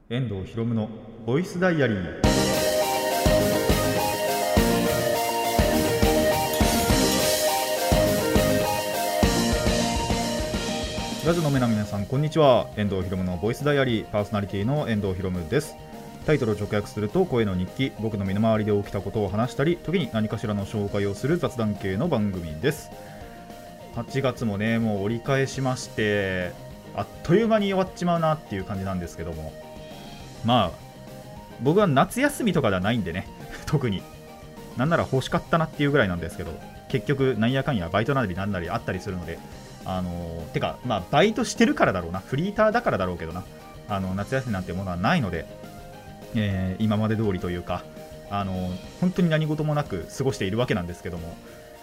遠藤ひろむのボイスダイアリー。ラジオの目の皆さんこんにちは。遠藤ひろむのボイスダイアリーパーソナリティの遠藤ひろむです。タイトルを直訳すると声の日記、僕の身の回りで起きたことを話したり、時に何かしらの紹介をする雑談系の番組です。8月もねもう折り返しまして、あっという間に終わっちまうなっていう感じなんですけども、まあ僕は夏休みとかではないんでね特になんなら欲しかったなっていうぐらいなんですけど、結局なんやかんやバイトなりなんなりあったりするので、てかまあバイトしてるからだろうな、フリーターだからだろうけどな、夏休みなんてものはないので、今まで通りというか本当に何事もなく過ごしているわけなんですけども、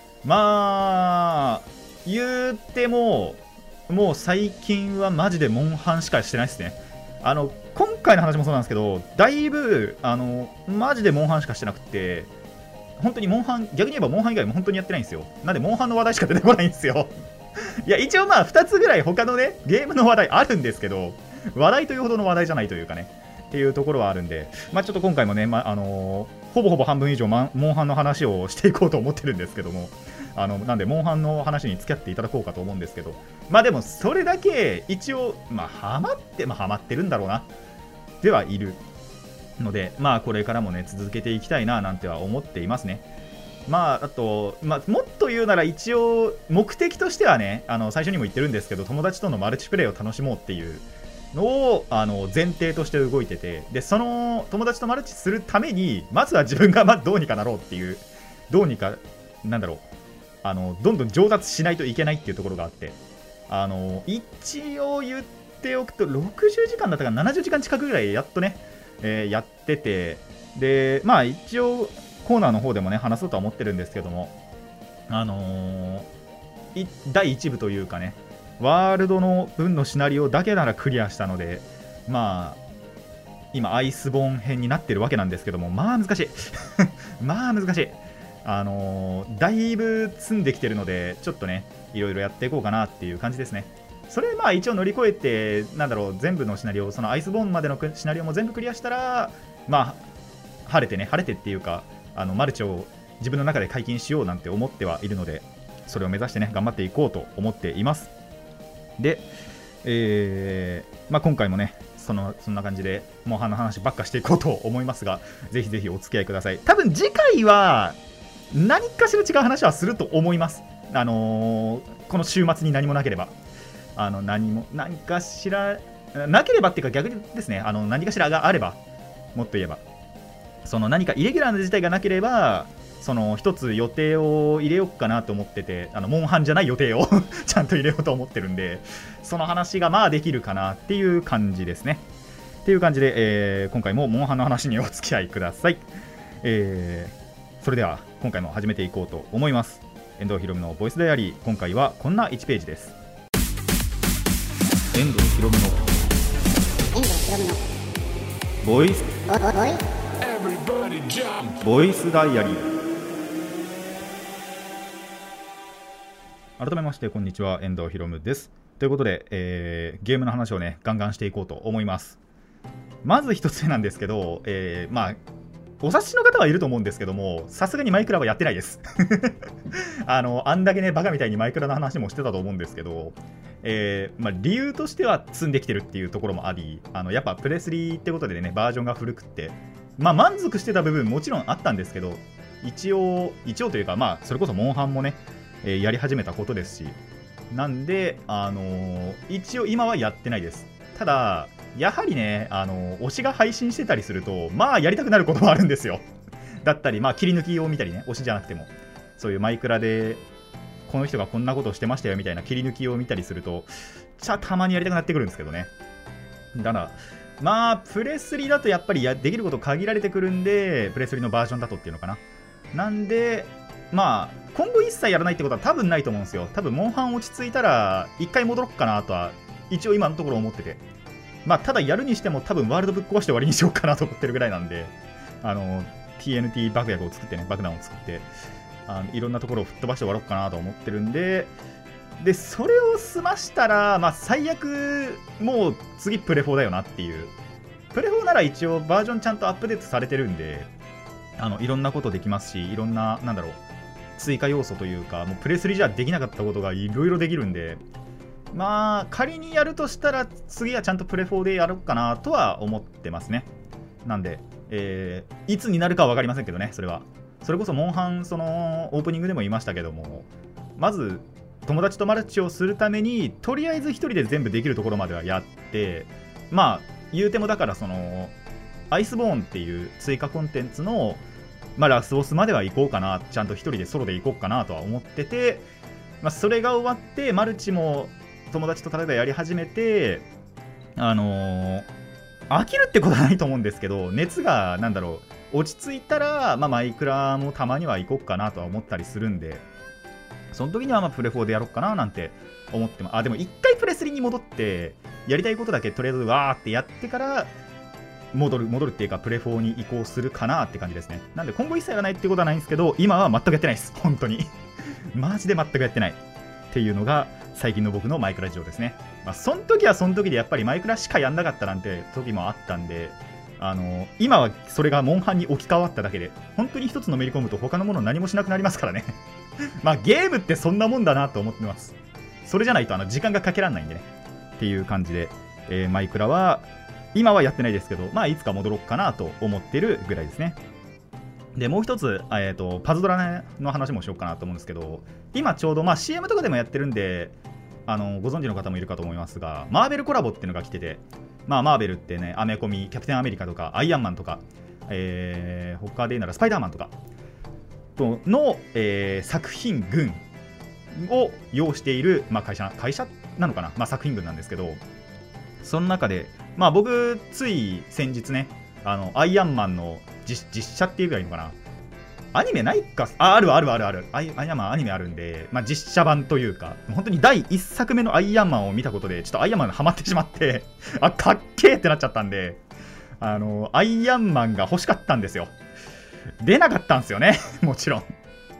まあ言うてももう最近はマジでモンハンしかしてないですね。今回の話もそうなんですけど、だいぶマジでモンハンしかしてなくて、本当にモンハン、逆に言えばモンハン以外も本当にやってないんですよ。なんでモンハンの話題しか出てこないんですよいや一応まあ2つぐらい他のねゲームの話題あるんですけど、話題というほどの話題じゃないというかねっていうところはあるんで、まあちょっと今回もね、ほぼほぼ半分以上モンハンの話をしていこうと思ってるんですけども、なんでモンハンの話に付き合っていただこうかと思うんですけど、まあでもそれだけ一応ハマってるんだろうなではいるので、まあこれからもね続けていきたいななんては思っていますね。あと、もっと言うなら一応目的としてはね、最初にも言ってるんですけど、友達とのマルチプレイを楽しもうっていうのを前提として動いてて、でその友達とマルチするためにまずは自分がどうにかなろうっていう、どうにかなんだろう、どんどん上達しないといけないっていうところがあって、一応言っておくと60時間だったか70時間近くぐらいやっとね、やってて、でまあ一応コーナーの方でもね話そうとは思ってるんですけども、第1部というかね、ワールドの分のシナリオだけならクリアしたので、まあ今アイスボーン編になってるわけなんですけども、まあ難しいまあ難しい。だいぶ積んできてるので、ちょっとねいろいろやっていこうかなっていう感じですね。それまあ一応乗り越えて、なんだろう、全部のシナリオ、そのアイスボーンまでのシナリオも全部クリアしたら、まあ晴れてっていうか、マルチを自分の中で解禁しようなんて思ってはいるので、それを目指してね頑張っていこうと思っています。で、今回もねそんな感じでモンハンの話ばっかしていこうと思いますが、ぜひぜひお付き合いください。多分次回は何かしら違う話はすると思います。この週末に何もなければ、何かしらなければっていうか逆にですね、何かしらがあれば、もっと言えばその何かイレギュラーな事態がなければ、その一つ予定を入れようかなと思ってて、モンハンじゃない予定をちゃんと入れようと思ってるんで、その話がまあできるかなっていう感じですね。っていう感じで、今回もモンハンの話にお付き合いください。それでは今回も始めていこうと思います。遠藤ひろむのボイスダイアリー、今回はこんな1ページです。遠藤ひろむのボイスダイアリー。改めましてこんにちは、遠藤ひろむです。ということで、ゲームの話をねガンガンしていこうと思います。まず一つ目なんですけど、お察しの方はいると思うんですけども、さすがにマイクラはやってないですあんだけねバカみたいにマイクラの話もしてたと思うんですけど、理由としては積んできてるっていうところもあり、やっぱプレスリーってことでねバージョンが古くって、満足してた部分もちろんあったんですけど、一応というか、それこそモンハンもね、やり始めたことですし、なんで一応今はやってないです。ただやはりね推しが配信してたりするとやりたくなることもあるんですよだったり切り抜きを見たりね、推しじゃなくてもそういうマイクラでこの人がこんなことをしてましたよみたいな切り抜きを見たりするとたまにやりたくなってくるんですけどね。だからプレスリだとやっぱりできること限られてくるんで、プレスリのバージョンだとっていうのかな。なんで今後一切やらないってことは多分ないと思うんですよ。多分モンハン落ち着いたら一回戻ろっかなとは一応今のところ思ってて、ただやるにしても多分ワールドぶっ壊して終わりにしようかなと思ってるぐらいなんで、TNT 爆薬を作ってね、爆弾を作っていろんなところを吹っ飛ばして終わろうかなと思ってるんで、それを済ましたら最悪もう次プレ4だよなっていうプレ4なら一応バージョンちゃんとアップデートされてるんで、いろんなことできますし、いろんな、なんだろう、追加要素というか、もうプレ3じゃできなかったことがいろいろできるんで、まあ、仮にやるとしたら、次はちゃんとプレ4でやろうかなとは思ってますね。なんで、いつになるかは分かりませんけどね、それは。それこそ、モンハン、その、オープニングでも言いましたけども、まず、友達とマルチをするために、とりあえず1人で全部できるところまではやって、まあ、言うてもだから、その、アイスボーンっていう追加コンテンツの、まあ、ラスボスまでは行こうかな、ちゃんと1人でソロで行こうかなとは思ってて、まあ、それが終わって、マルチも友達と例えばやり始めて、飽きるってことはないと思うんですけど、熱が、なんだろう、落ち着いたら、まあ、マイクラもたまには行こうかなとは思ったりするんで、その時にはまあプレ4でやろうかななんて思ってます。でも一回プレ3に戻って、やりたいことだけとりあえずわーってやってから、戻るっていうか、プレ4に移行するかなって感じですね。なんで今後一切やらないってことはないんですけど、今は全くやってないです。本当に。マジで全くやってない。っていうのが、最近の僕のマイクラ事情ですね。まあ、その時はその時でやっぱりマイクラしかやんなかったなんて時もあったんで、今はそれがモンハンに置き換わっただけで、本当に一つのめり込むと他のもの何もしなくなりますからね。まあゲームってそんなもんだなと思ってます。それじゃないと時間がかけらんないんでね。っていう感じで、マイクラは今はやってないですけど、まあいつか戻ろうかなと思ってるぐらいですね。で、もう一つ、パズドラの話もしようかなと思うんですけど、今ちょうど、まあ CM とかでもやってるんで、ご存知の方もいるかと思いますが、マーベルコラボっていうのが来てて、まあマーベルってね、アメコミ、キャプテンアメリカとか、アイアンマンとか、他で言うならスパイダーマンとかの、作品群を要している、まあ、会社なのかな、まあ、作品群なんですけど、その中で、まあ、僕つい先日ね、アイアンマンの実写っていうぐらいのかな、アニメないか、あるアイアンマンアニメあるんで、まあ、実写版というか、本当に第1作目のアイアンマンを見たことでちょっとアイアンマンがハマってしまってかっけーってなっちゃったんで、アイアンマンが欲しかったんですよ。出なかったんですよね。もちろん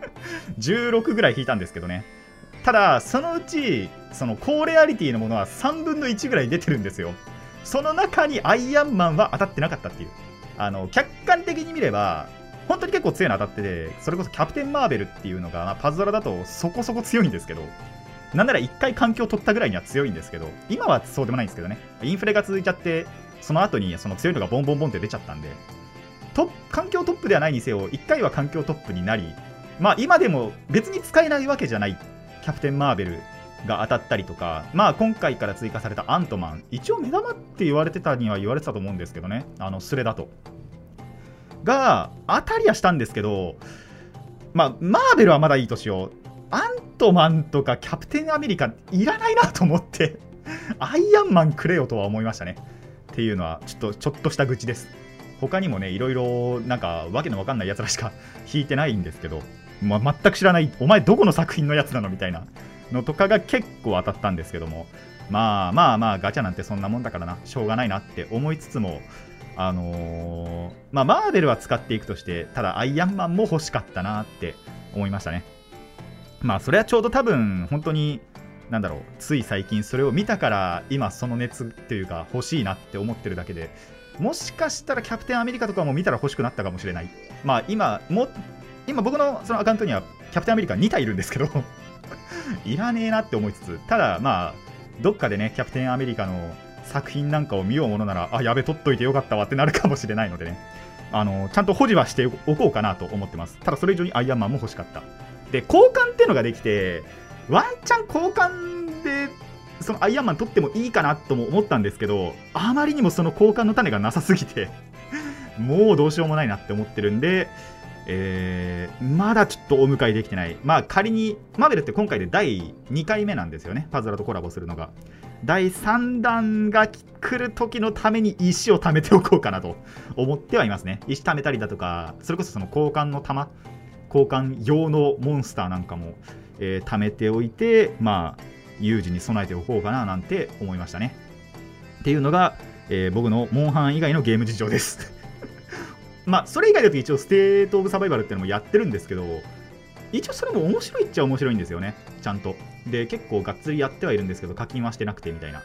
16ぐらい引いたんですけどね。ただそのうちその高レアリティのものは3分の1ぐらい出てるんですよ。その中にアイアンマンは当たってなかったっていう、客観的に見れば本当に結構強いの当たってて、それこそキャプテンマーベルっていうのが、まあ、パズドラだとそこそこ強いんですけど、なんなら1回環境取ったぐらいには強いんですけど、今はそうでもないんですけどね。インフレが続いちゃってその後にその強いのがボンボンボンって出ちゃったんで、環境トップではないにせよ1回は環境トップになり、まあ今でも別に使えないわけじゃないキャプテンマーベルが当たったりとか、まあ今回から追加されたアントマン、一応目玉って言われてたには言われてたと思うんですけどね、スレだとが当たりはしたんですけど、まあマーベルはまだいいとしよう、アントマンとかキャプテンアメリカいらないなと思ってアイアンマンくれよとは思いましたね。っていうのはちょっとした愚痴です。他にもね、いろいろなんかわけのわかんないやつらしか弾いてないんですけど、まあ、全く知らない、お前どこの作品のやつなのみたいなのとかが結構当たったんですけども、まあガチャなんてそんなもんだからな、しょうがないなって思いつつも、まあマーベルは使っていくとして、ただアイアンマンも欲しかったなって思いましたね。まあそれはちょうど多分本当になんだろう、つい最近それを見たから今その熱っていうか欲しいなって思ってるだけで、もしかしたらキャプテンアメリカとかも見たら欲しくなったかもしれない。まあ今僕のそのアカウントにはキャプテンアメリカ2体いるんですけどいらねえなって思いつつ、ただまあどっかでねキャプテンアメリカの作品なんかを見ようものなら、やべ取っといてよかったわってなるかもしれないのでね、ちゃんと保持はしておこうかなと思ってます。ただそれ以上にアイアンマンも欲しかった。で交換っていうのができて、ワンチャン交換でそのアイアンマン取ってもいいかなとも思ったんですけど、あまりにもその交換の種がなさすぎてもうどうしようもないなって思ってるんで、まだちょっとお迎えできてない。まあ仮にマーベルって今回で第2回目なんですよね、パズドラとコラボするのが。第3弾が来る時のために石を貯めておこうかなと思ってはいますね。石貯めたりだとか、それこそその交換の玉、交換用のモンスターなんかも、貯めておいて、まあ有事に備えておこうかななんて思いましたね。っていうのが、僕のモンハン以外のゲーム事情ですまあそれ以外だと一応ステートオブサバイバルっていうのもやってるんですけど、一応それも面白いっちゃ面白いんですよね、ちゃんと。で結構がっつりやってはいるんですけど、課金はしてなくてみたいな。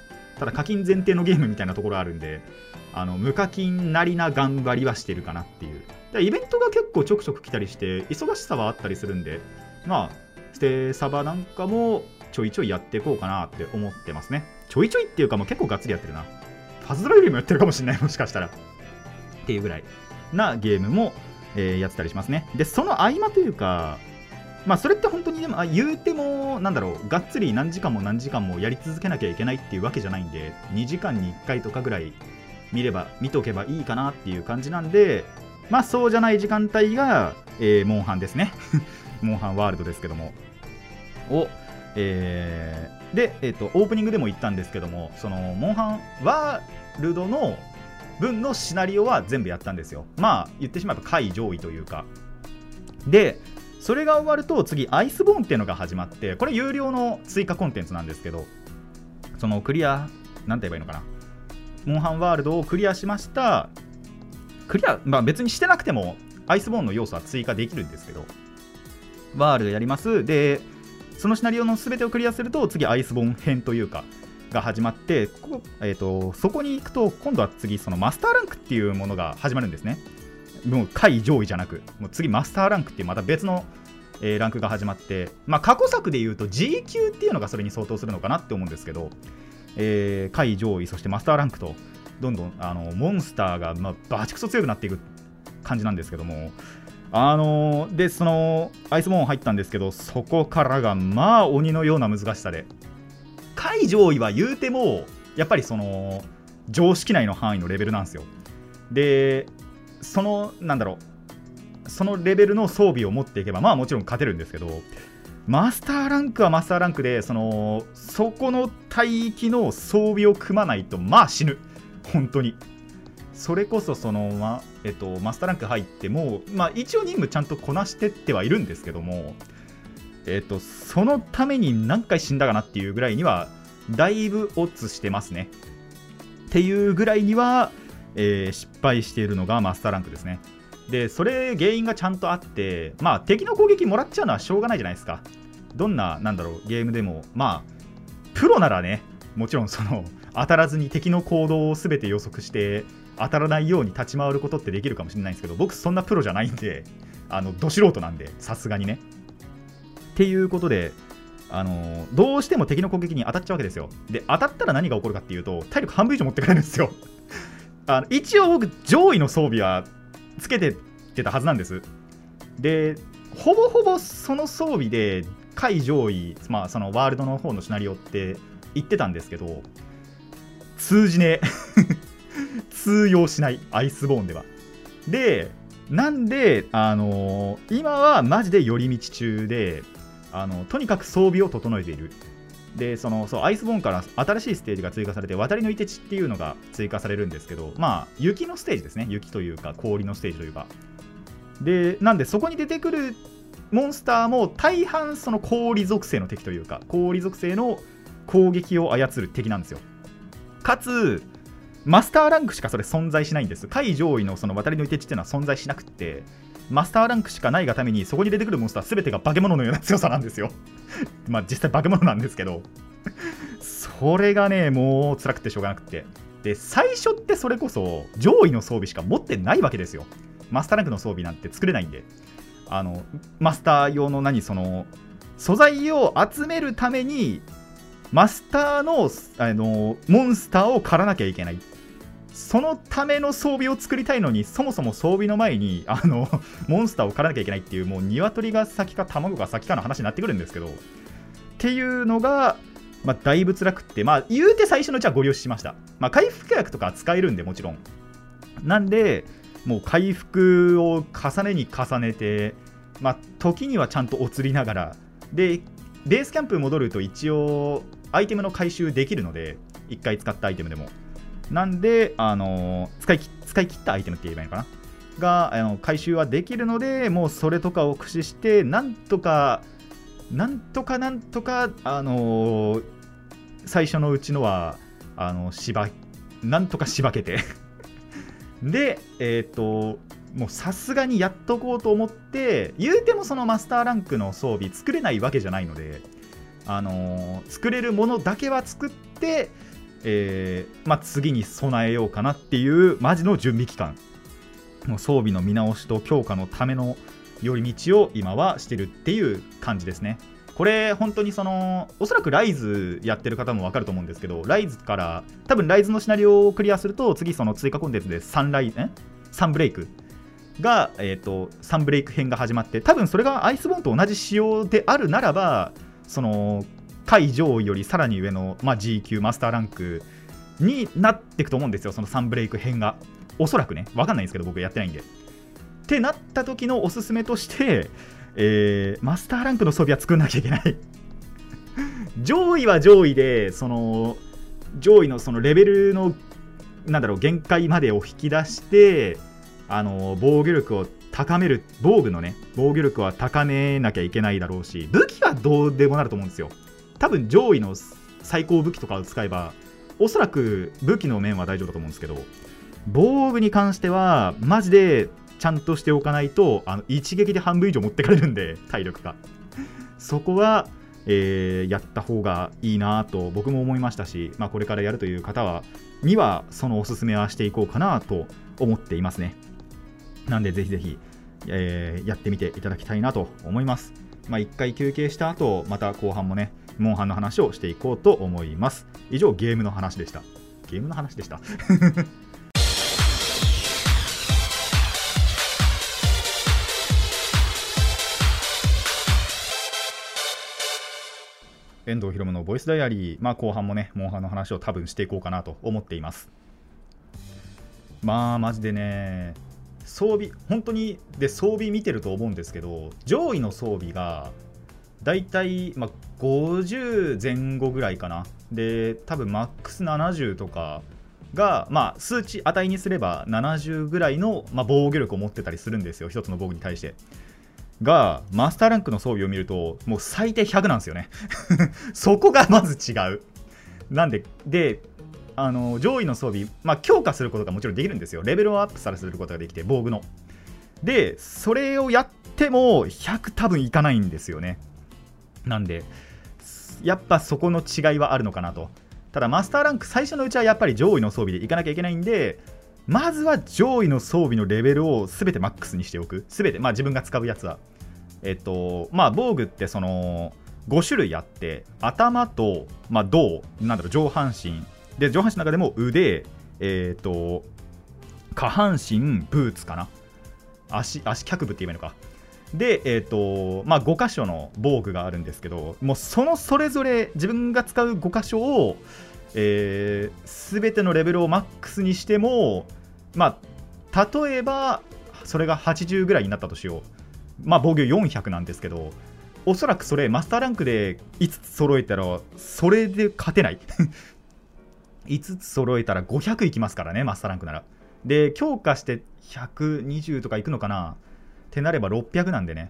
ただ課金前提のゲームみたいなところあるんで、無課金なりな頑張りはしてるかなっていう。イベントが結構ちょくちょく来たりして忙しさはあったりするんで、まあステサバなんかもちょいちょいやっていこうかなって思ってますね。ちょいちょいっていうかもう結構がっつりやってるな。パズドラよりもやってるかもしれない、もしかしたらっていうぐらいなゲームも、やってたりしますね。でその合間というか、まあそれって本当にでも言うてもなんだろう、がっつり何時間も何時間もやり続けなきゃいけないっていうわけじゃないんで、2時間に1回とかぐらい見とけばいいかなっていう感じなんで、まあそうじゃない時間帯が、モンハンですねモンハンワールドですけどもを、で、オープニングでも言ったんですけども、そのモンハンワールドの分のシナリオは全部やったんですよ。まあ言ってしまえば下位上位というかで、それが終わると次アイスボーンっていうのが始まって、これ有料の追加コンテンツなんですけど、そのクリアなんて言えばいいのかな、モンハンワールドをクリアしました。クリア、まあ別にしてなくてもアイスボーンの要素は追加できるんですけど、ワールドやります。でそのシナリオの全てをクリアすると次アイスボーン編というかが始まって、そこに行くと今度は次そのマスターランクっていうものが始まるんですね。もう下位上位じゃなく、もう次マスターランクっていうまた別の、ランクが始まって、まあ過去作でいうと G 級っていうのがそれに相当するのかなって思うんですけど、下位上位そしてマスターランクとどんどんモンスターが、まあ、バチクソ強くなっていく感じなんですけども、でそのアイスボーン入ったんですけど、そこからがまあ鬼のような難しさで、下位上位は言うてもやっぱりその常識内の範囲のレベルなんですよ。でそのなんだろう、そのレベルの装備を持っていけばまあもちろん勝てるんですけど、マスターランクはマスターランクでそこの帯域の装備を組まないとまあ死ぬ、本当に。それこそマスターランク入っても、まあ、一応任務ちゃんとこなしてってはいるんですけども、そのために何回死んだかなっていうぐらいにはだいぶオッズしてますねっていうぐらいには、失敗しているのがマスターランクですね。でそれ原因がちゃんとあって、まあ敵の攻撃もらっちゃうのはしょうがないじゃないですか。どんななんだろうゲームでも、まあプロならね、もちろん当たらずに敵の行動を全て予測して当たらないように立ち回ることってできるかもしれないんですけど、僕そんなプロじゃないんで、ど素人なんでさすがにねっていうことで、どうしても敵の攻撃に当たっちゃうわけですよ。で当たったら何が起こるかっていうと、体力半分以上持ってくれるんですよ一応僕上位の装備はつけてってたはずなんです。でほぼほぼその装備で下位上位、まあそのワールドの方のシナリオって言ってたんですけど、通じねえ通用しない、アイスボーンでは。でなんで今はマジで寄り道中で、とにかく装備を整えている。でそうアイスボーンから新しいステージが追加されて、渡りのいて地っていうのが追加されるんですけど、まあ雪のステージですね。雪というか氷のステージというかで、なんでそこに出てくるモンスターも大半その氷属性の敵というか、氷属性の攻撃を操る敵なんですよ。かつマスターランクしかそれ存在しないんです。下位上位のその渡りのいて地っていうのは存在しなくって、マスターランクしかないがためにそこに出てくるモンスター全てが化け物のような強さなんですよまあ実際化け物なんですけどそれがねもう辛くてしょうがなくて、で最初ってそれこそ上位の装備しか持ってないわけですよ。マスターランクの装備なんて作れないんで、マスター用の素材を集めるためにマスターのモンスターを狩らなきゃいけない。そのための装備を作りたいのに、そもそも装備の前にモンスターを狩らなきゃいけないっていう、もう鶏が先か卵が先かの話になってくるんですけど、っていうのが、まあ、だいぶ辛くって、まあ言うて最初のうちはご了承しました。まあ回復薬とか使えるんでもちろんなんで、もう回復を重ねに重ねて、まあ時にはちゃんとお釣りながらで、ベースキャンプ戻ると一応アイテムの回収できるので、1回使ったアイテムでもなんで、使い切ったアイテムって言えばいいのかなが回収はできるので、もうそれとかを駆使してなんとか最初のうちのはなんとかしばけてでもうさすがにやっとこうと思って、言うてもそのマスターランクの装備作れないわけじゃないので、作れるものだけは作って次に備えようかなっていうマジの準備期間、もう装備の見直しと強化のための寄り道を今はしてるっていう感じですね。これ本当におそらくライズやってる方も分かると思うんですけど、ライズから多分ライズのシナリオをクリアすると次追加コンテンツでサンブレイクが、サンブレイク編が始まって、多分それがアイスボーンと同じ仕様であるならば、下上位よりさらに上の、G 級マスターランクになっていくと思うんですよ、そのサンブレイク編が。おそらくね、分かんないんですけど僕やってないんで。ってなった時のおすすめとして、マスターランクの装備は作んなきゃいけない上位は上位で上位のレベルの限界までを引き出して、防御力を高める、防具のね防御力は高めなきゃいけないだろうし、武器はどうでもなると思うんですよ。多分上位の最高武器とかを使えばおそらく武器の面は大丈夫だと思うんですけど、防具に関してはマジでちゃんとしておかないと一撃で半分以上持ってかれるんで、体力がそこは、やった方がいいなと僕も思いましたし、これからやるという方にはそのおすすめはしていこうかなと思っていますね。なんでぜひぜひ、やってみていただきたいなと思います。一回休憩した後、また後半もねモンハンの話をしていこうと思います。以上ゲームの話でした。遠藤ひろむのボイスダイアリー、後半もねモンハンの話を多分していこうかなと思っています。マジでね、装備本当にで装備見てると思うんですけど、上位の装備がだいたい50前後ぐらいかな。で多分マックス70とかが、数値値にすれば70ぐらいの、防御力を持ってたりするんですよ、一つの防具に対して。がマスターランクの装備を見るともう最低100なんですよねそこがまず違う。なんで上位の装備、強化することがもちろんできるんですよ。レベルをアップさせることができて、防具のでそれをやっても100多分いかないんですよね。なんでやっぱそこの違いはあるのかなと。ただマスターランク最初のうちはやっぱり上位の装備でいかなきゃいけないんで、まずは上位の装備のレベルを全てマックスにしておく。全て自分が使うやつは防具って5種類あって、頭と、胴、上半身で、上半身の中でも腕、下半身、ブーツかな、足脚部って言えばいいのかで、5箇所の防具があるんですけど、もうそれぞれ自分が使う5箇所を、全てのレベルをマックスにしても、例えばそれが80ぐらいになったとしよう。防御400なんですけど、おそらくそれマスターランクで5つ揃えたらそれで勝てない5つ揃えたら500いきますからね、マスターランクなら。で強化して120とかいくのかなってなれば600なんでね、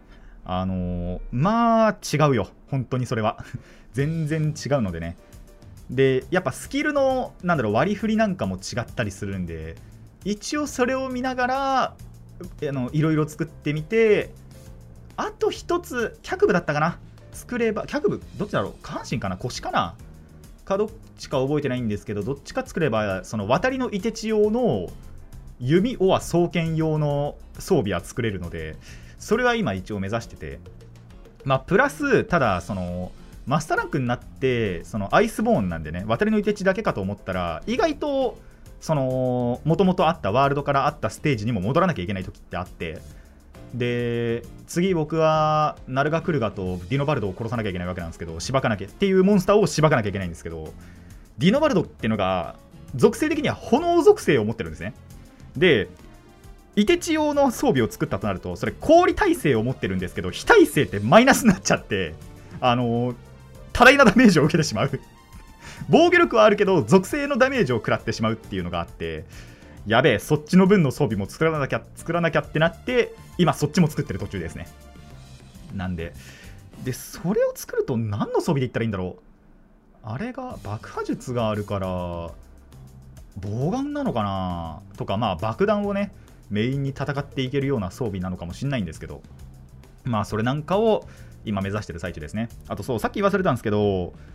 違うよ本当にそれは全然違うのでね。でやっぱスキルの割り振りなんかも違ったりするんで、一応それを見ながらいろいろ作ってみて、あと一つ脚部だったかな、作れば、脚部どっちだろう、下半身かな腰かなかどっちか覚えてないんですけど、どっちか作ればその渡りの凍て地用の弓オア双剣用の装備は作れるので、それは今一応目指してて、プラスただマスターランクになってアイスボーンなんでね、渡りの凍て地だけかと思ったら、意外ともともとあったワールドからあったステージにも戻らなきゃいけない時ってあって、で次僕はナルガクルガとディノバルドを殺さなきゃいけないわけなんですけど、しばかなきゃっていうモンスターをしばかなきゃいけないんですけど、ディノバルドっていうのが属性的には炎属性を持ってるんですね。で凍て地用の装備を作ったとなると、それ氷耐性を持ってるんですけど、非耐性ってマイナスになっちゃって、多大なダメージを受けてしまう防御力はあるけど属性のダメージを食らってしまうっていうのがあって、やべえそっちの分の装備も作らなきゃってなって、今そっちも作ってる途中ですね。なんでそれを作ると何の装備でいったらいいんだろう。あれが爆破術があるからボウガンなのかなとか、爆弾をねメインに戦っていけるような装備なのかもしれないんですけど、それなんかを今目指してる最中ですね。あとさっき言わされたんですけど、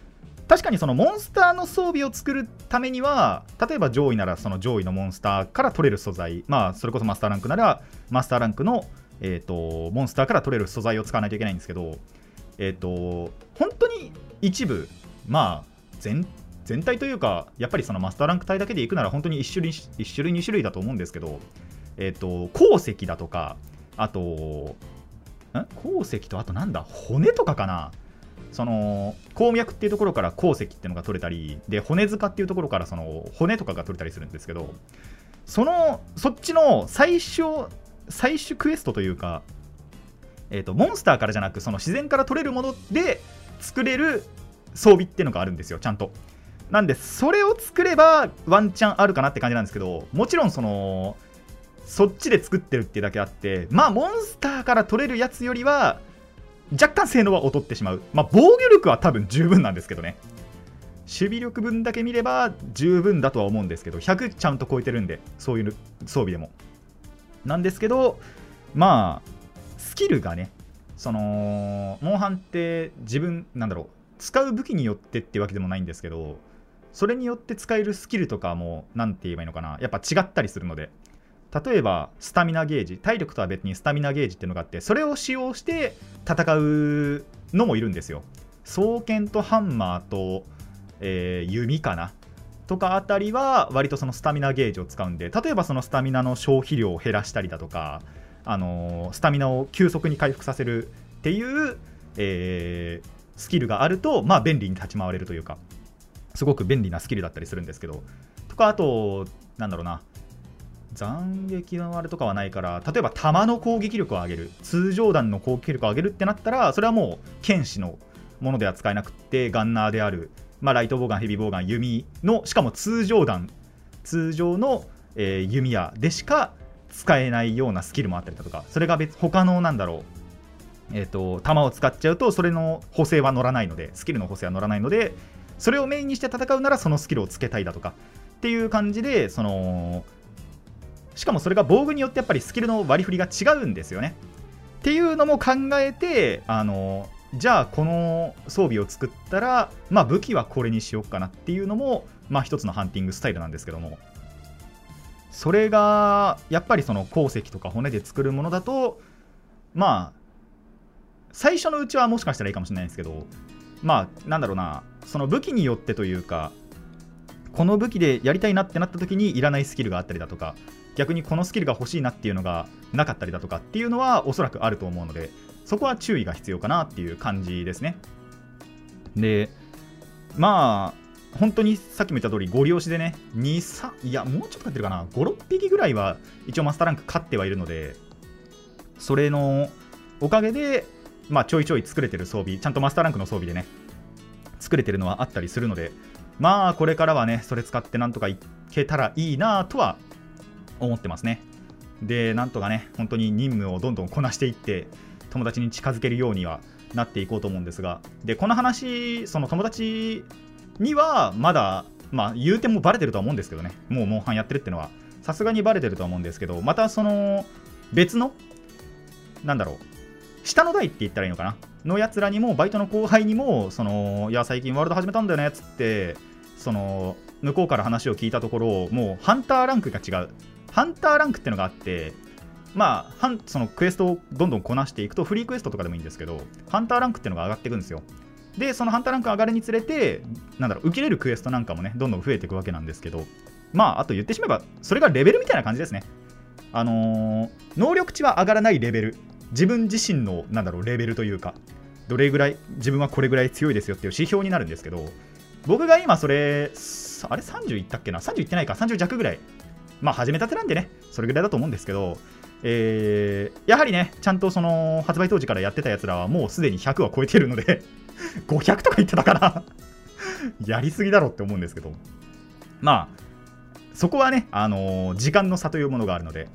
確かにそのモンスターの装備を作るためには、例えば上位ならその上位のモンスターから取れる素材、まあそれこそマスターランクならマスターランクの、モンスターから取れる素材を使わないといけないんですけど、本当に一部、まあ全体というか、やっぱりそのマスターランク帯だけでいくなら本当に1種類2種類だと思うんですけど、鉱石だとか、あと鉱石とあとなんだ骨とかかな、その鉱脈っていうところから鉱石っていうのが取れたりで、骨塚っていうところからその骨とかが取れたりするんですけど、そっちの最終クエストというか、モンスターからじゃなくその自然から取れるもので作れる装備っていうのがあるんですよ、ちゃんと。なんでそれを作ればワンチャンあるかなって感じなんですけど、もちろんそっちで作ってるっていうだけあって、まあモンスターから取れるやつよりは若干性能は劣ってしまう。まあ防御力は多分十分なんですけどね、守備力分だけ見れば十分だとは思うんですけど、100ちゃんと超えてるんで、そういう装備でもなんですけど、まあスキルがね、そのモンハンって自分なんだろう、使う武器によってってわけでもないんですけど、それによって使えるスキルとかもなんて言えばいいのかな、やっぱ違ったりするので、例えばスタミナゲージ、体力とは別にスタミナゲージっていうのがあって、それを使用して戦うのもいるんですよ。双剣とハンマーと、弓かなとかあたりは割とそのスタミナゲージを使うんで、例えばそのスタミナの消費量を減らしたりだとか、スタミナを急速に回復させるっていう、スキルがあると、まあ便利に立ち回れるというか、すごく便利なスキルだったりするんですけど、とかあとなんだろうな、斬撃のあれとかはないから、例えば弾の攻撃力を上げる、通常弾の攻撃力を上げるってなったら、それはもう剣士のものでは使えなくって、ガンナーである、まあ、ライトボウガン、ヘビーボウガン、弓のしかも通常の、弓矢でしか使えないようなスキルもあったりだとか、それが他のなんだろう、弾を使っちゃうとそれの補正は乗らないので、スキルの補正は乗らないので、それをメインにして戦うならそのスキルをつけたいだとかっていう感じで、しかもそれが防具によってやっぱりスキルの割り振りが違うんですよねっていうのも考えて、じゃあこの装備を作ったら、まあ、武器はこれにしようかなっていうのも、まあ、一つのハンティングスタイルなんですけども、それがやっぱりその鉱石とか骨で作るものだと、まあ最初のうちはもしかしたらいいかもしれないんですけど、まあなんだろうな、その武器によってというか、この武器でやりたいなってなった時にいらないスキルがあったりだとか、逆にこのスキルが欲しいなっていうのがなかったりだとかっていうのはおそらくあると思うので、そこは注意が必要かなっていう感じですね。で、まあ本当にさっきも言った通り、ゴリ押しでね、2、3、いやもうちょっと勝ってるかな、5、6匹ぐらいは一応マスターランク勝ってはいるので、それのおかげで、まあ、ちょいちょい作れてる装備、ちゃんとマスターランクの装備でね作れてるのはあったりするので、まあこれからはねそれ使ってなんとかいけたらいいなとは思ってますね。で、なんとかね本当に任務をどんどんこなしていって友達に近づけるようにはなっていこうと思うんですが、でこの話、その友達にはまだ、まあ言うてもバレてるとは思うんですけどね、もうモンハンやってるってのはさすがにバレてるとは思うんですけど、またその別のなんだろう、下の代って言ったらいいのかなのやつらにも、バイトの後輩にも、いや最近ワールド始めたんだよねっつって、向こうから話を聞いたところ、もうハンターランクが違う、ハンターランクってのがあって、まあそのクエストをどんどんこなしていくと、フリークエストとかでもいいんですけど、ハンターランクってのが上がっていくんですよ。でそのハンターランク上がるにつれて、なんだろう、受けれるクエストなんかもねどんどん増えていくわけなんですけど、まああと言ってしまえばそれがレベルみたいな感じですね。能力値は上がらないレベル、自分自身のなんだろうレベルというか、どれぐらい自分はこれぐらい強いですよっていう指標になるんですけど、僕が今それあれ30いったっけな、30いってないか、30弱ぐらい、まあ始めたてなんでねそれぐらいだと思うんですけど、やはりねちゃんとその発売当時からやってたやつらはもうすでに100は超えてるので500とか言ってたからやりすぎだろって思うんですけど、まあそこはね、時間の差というものがあるので、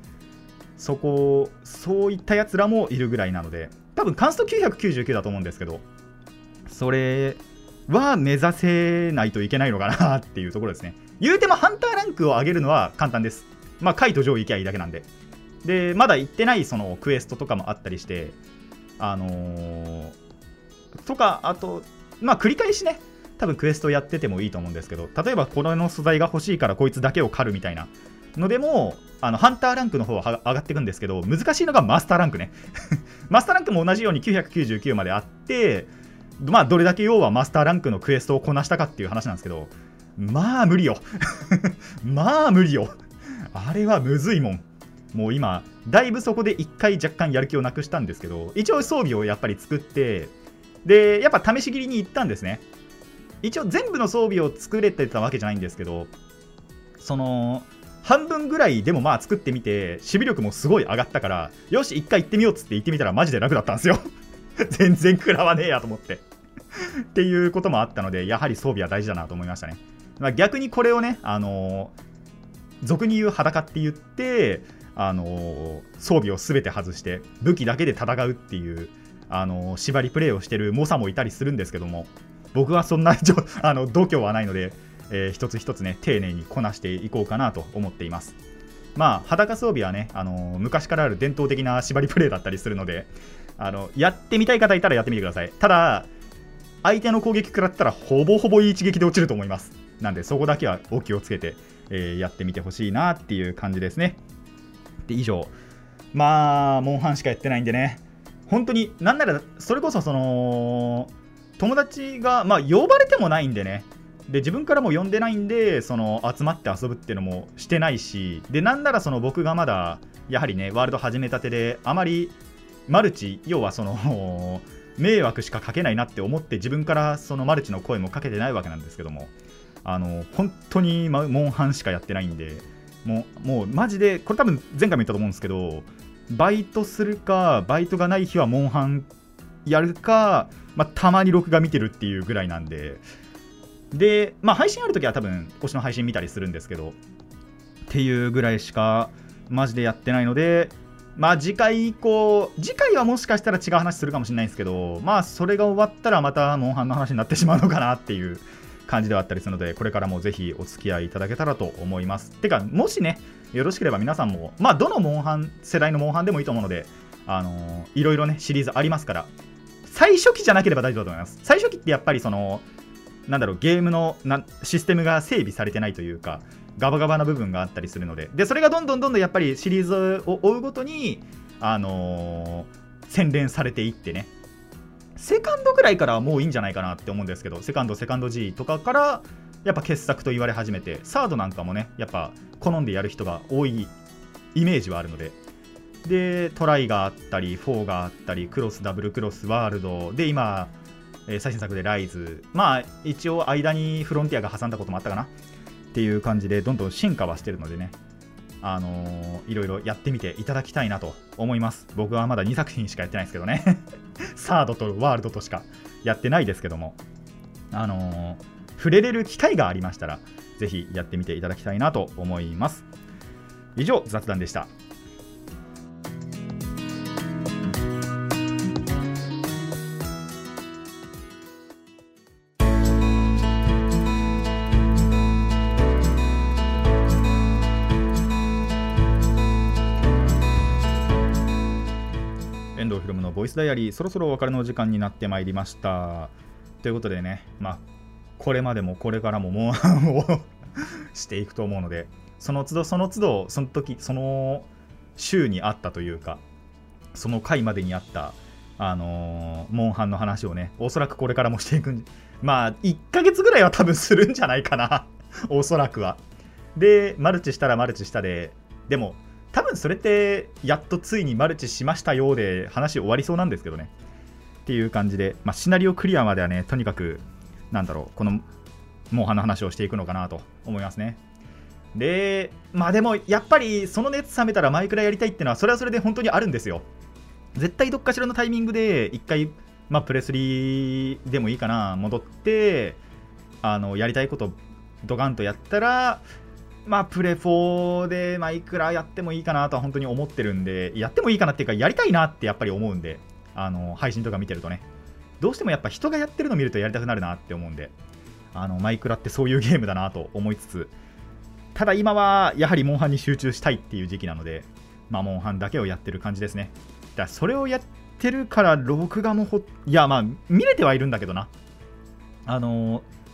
そういったやつらもいるぐらいなので、多分カンスト999だと思うんですけど、それは目指せないといけないのかなっていうところですね。言うてもハンターランクを上げるのは簡単です。まあ下位と上位行きゃいいだけなんで。でまだ行ってないそのクエストとかもあったりして、とかあとまあ繰り返しね多分クエストやっててもいいと思うんですけど、例えばこの素材が欲しいからこいつだけを狩るみたいなのでも、ハンターランクの方は上がっていくんですけど、難しいのがマスターランクねマスターランクも同じように999まであって、まあどれだけ要はマスターランクのクエストをこなしたかっていう話なんですけど、まあ無理よまあ無理よ、あれはむずいもん。もう今だいぶそこで一回若干やる気をなくしたんですけど、一応装備をやっぱり作って、でやっぱ試し切りに行ったんですね。一応全部の装備を作れてたわけじゃないんですけど、その半分ぐらいでもまあ作ってみて、守備力もすごい上がったから、よし一回行ってみようっつって行ってみたらマジで楽だったんですよ全然食らわねえやと思ってっていうこともあったので、やはり装備は大事だなと思いましたね。まあ、逆にこれをね、俗に言う裸って言って、装備を全て外して武器だけで戦うっていう、縛りプレイをしてる猛者もいたりするんですけども、僕はそんな度胸はないので、一つ一つね丁寧にこなしていこうかなと思っています。まあ裸装備はね、昔からある伝統的な縛りプレイだったりするので、やってみたい方いたらやってみてください。ただ相手の攻撃食らったらほぼほぼ一撃で落ちると思います。なんでそこだけはお気をつけて、やってみてほしいなっていう感じですね。で以上、まあモンハンしかやってないんでね、本当になんならそれこそその友達がまあ呼ばれてもないんでね、で自分からも呼んでないんで、その集まって遊ぶっていうのもしてないし、でなんならその僕がまだやはりねワールド始めたてで、あまりマルチ、要はその迷惑しかかけないなって思って自分からそのマルチの声もかけてないわけなんですけども、本当にモンハンしかやってないんで、もうマジでこれ多分前回も言ったと思うんですけど、バイトするかバイトがない日はモンハンやるか、まあ、たまに録画見てるっていうぐらいなんで、でまあ配信あるときは多分推しの配信見たりするんですけどっていうぐらいしかマジでやってないので、まあ次回はもしかしたら違う話するかもしれないんですけど、まあそれが終わったらまたモンハンの話になってしまうのかなっていう感じではあったりするので、これからもぜひお付き合いいただけたらと思います。てかもしねよろしければ皆さんも、まあどのモンハン世代のモンハンでもいいと思うので、いろいろねシリーズありますから、最初期じゃなければ大丈夫だと思います。最初期ってやっぱりそのなんだろう、ゲームのシステムが整備されてないというかガバガバな部分があったりするので、それがどんどんやっぱりシリーズを追うごとに洗練されていってね、セカンドぐらいからはもういいんじゃないかなって思うんですけど、セカンド G とかからやっぱ傑作と言われ始めて、サードなんかもねやっぱ好んでやる人が多いイメージはあるので、でトライがあったり4があったりクロスダブルクロスワールドで今、最新作でライズ、まあ一応間にフロンティアが挟んだこともあったかなっていう感じでどんどん進化はしてるのでね、いろいろやってみていただきたいなと思います。僕はまだ2作品しかやってないですけどねサードとワールドとしかやってないですけども、触れれる機会がありましたらぜひやってみていただきたいなと思います。以上雑談でした。遠藤ひろむのボイスダイアリー、そろそろお別れの時間になってまいりました。ということでね、まあこれまでもこれからもモンハンをしていくと思うので、その都度その時その週にあったというかその回までにあったモンハンの話をね、おそらくこれからもしていくまあ1ヶ月ぐらいは多分するんじゃないかなおそらくは。でマルチしたらマルチしたで、でも多分それってやっとついにマルチしましたようで話終わりそうなんですけどねっていう感じで、まあ、シナリオクリアまではねとにかくなんだろう、このモンハンの話をしていくのかなと思いますね。でまあでもやっぱりその熱冷めたらマイクラやりたいっていうのはそれはそれで本当にあるんですよ。絶対どっかしらのタイミングで一回、まあ、プレ3でもいいかな戻ってやりたいことドカンとやったら、まあプレ4でマイクラやってもいいかなとは本当に思ってるんで、やってもいいかなっていうかやりたいなってやっぱり思うんで、配信とか見てるとねどうしてもやっぱ人がやってるの見るとやりたくなるなって思うんで、マイクラってそういうゲームだなと思いつつ、ただ今はやはりモンハンに集中したいっていう時期なので、まあモンハンだけをやってる感じですね。だからそれをやってるから録画もいやまあ見れてはいるんだけどな、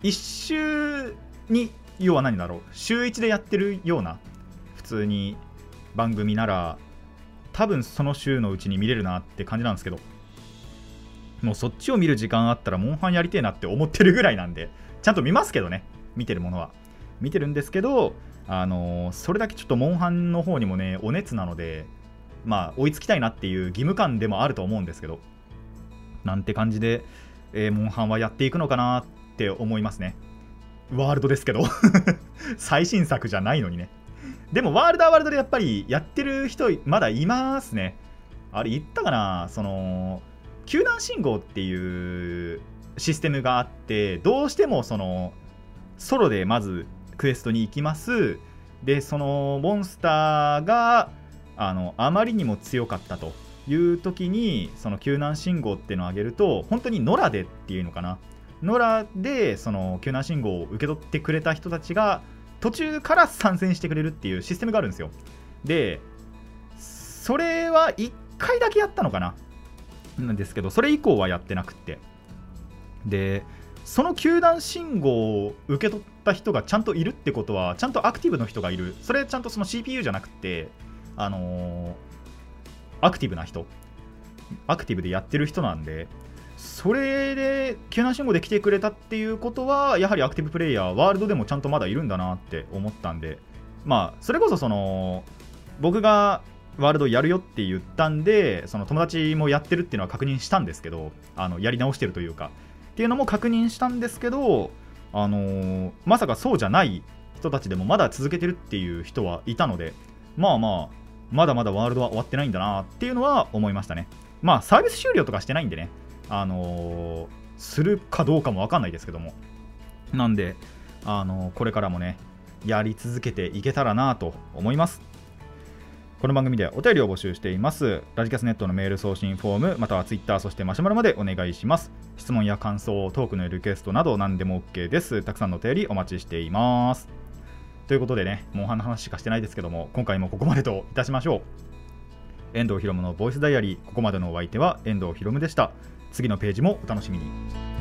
1週に、要は何だろう、週1でやってるような普通に番組なら多分その週のうちに見れるなって感じなんですけど、もうそっちを見る時間あったらモンハンやりてえなって思ってるぐらいなんで、ちゃんと見ますけどね、見てるものは見てるんですけど、それだけちょっとモンハンの方にもねお熱なので、まあ追いつきたいなっていう義務感でもあると思うんですけど、なんて感じで、モンハンはやっていくのかなって思いますね。ワールドですけど最新作じゃないのにね。でもワールドはワールドでやっぱりやってる人まだいますね。あれ言ったかな、その救難信号っていうシステムがあって、どうしてもそのソロでまずクエストに行きます。でそのモンスターがあまりにも強かったという時に、その救難信号っていうのを上げると、本当に野良でっていうのかな、野良でその救難信号を受け取ってくれた人たちが途中から参戦してくれるっていうシステムがあるんですよ。でそれは1回だけやったのかな、なんですけど、それ以降はやってなくって、でその救難信号を受け取った人がちゃんといるってことは、ちゃんとアクティブの人がいる。それちゃんとその CPU じゃなくてアクティブな人、アクティブでやってる人なんで、それで救難信号で来てくれたっていうことは、やはりアクティブプレイヤーワールドでもちゃんとまだいるんだなって思ったんで、まあそれこそその僕がワールドやるよって言ったんで、その友達もやってるっていうのは確認したんですけど、やり直してるというかっていうのも確認したんですけど、まさかそうじゃない人たちでもまだ続けてるっていう人はいたので、まだまだワールドは終わってないんだなっていうのは思いましたね。まあサービス終了とかしてないんでね、するかどうかも分かんないですけども、なんでこれからもねやり続けていけたらなと思います。この番組ではお便りを募集しています。ラジキャスネットのメール送信フォーム、またはツイッター、そしてマシュマロまでお願いします。質問や感想、トークのリクエストなど何でも OK です。たくさんのお便りお待ちしています。ということでね、モンハンの話しかしてないですけども、今回もここまでといたしましょう。遠藤ひろむのボイスダイアリー、ここまでのお相手は遠藤ひろむでした。次のページもお楽しみに。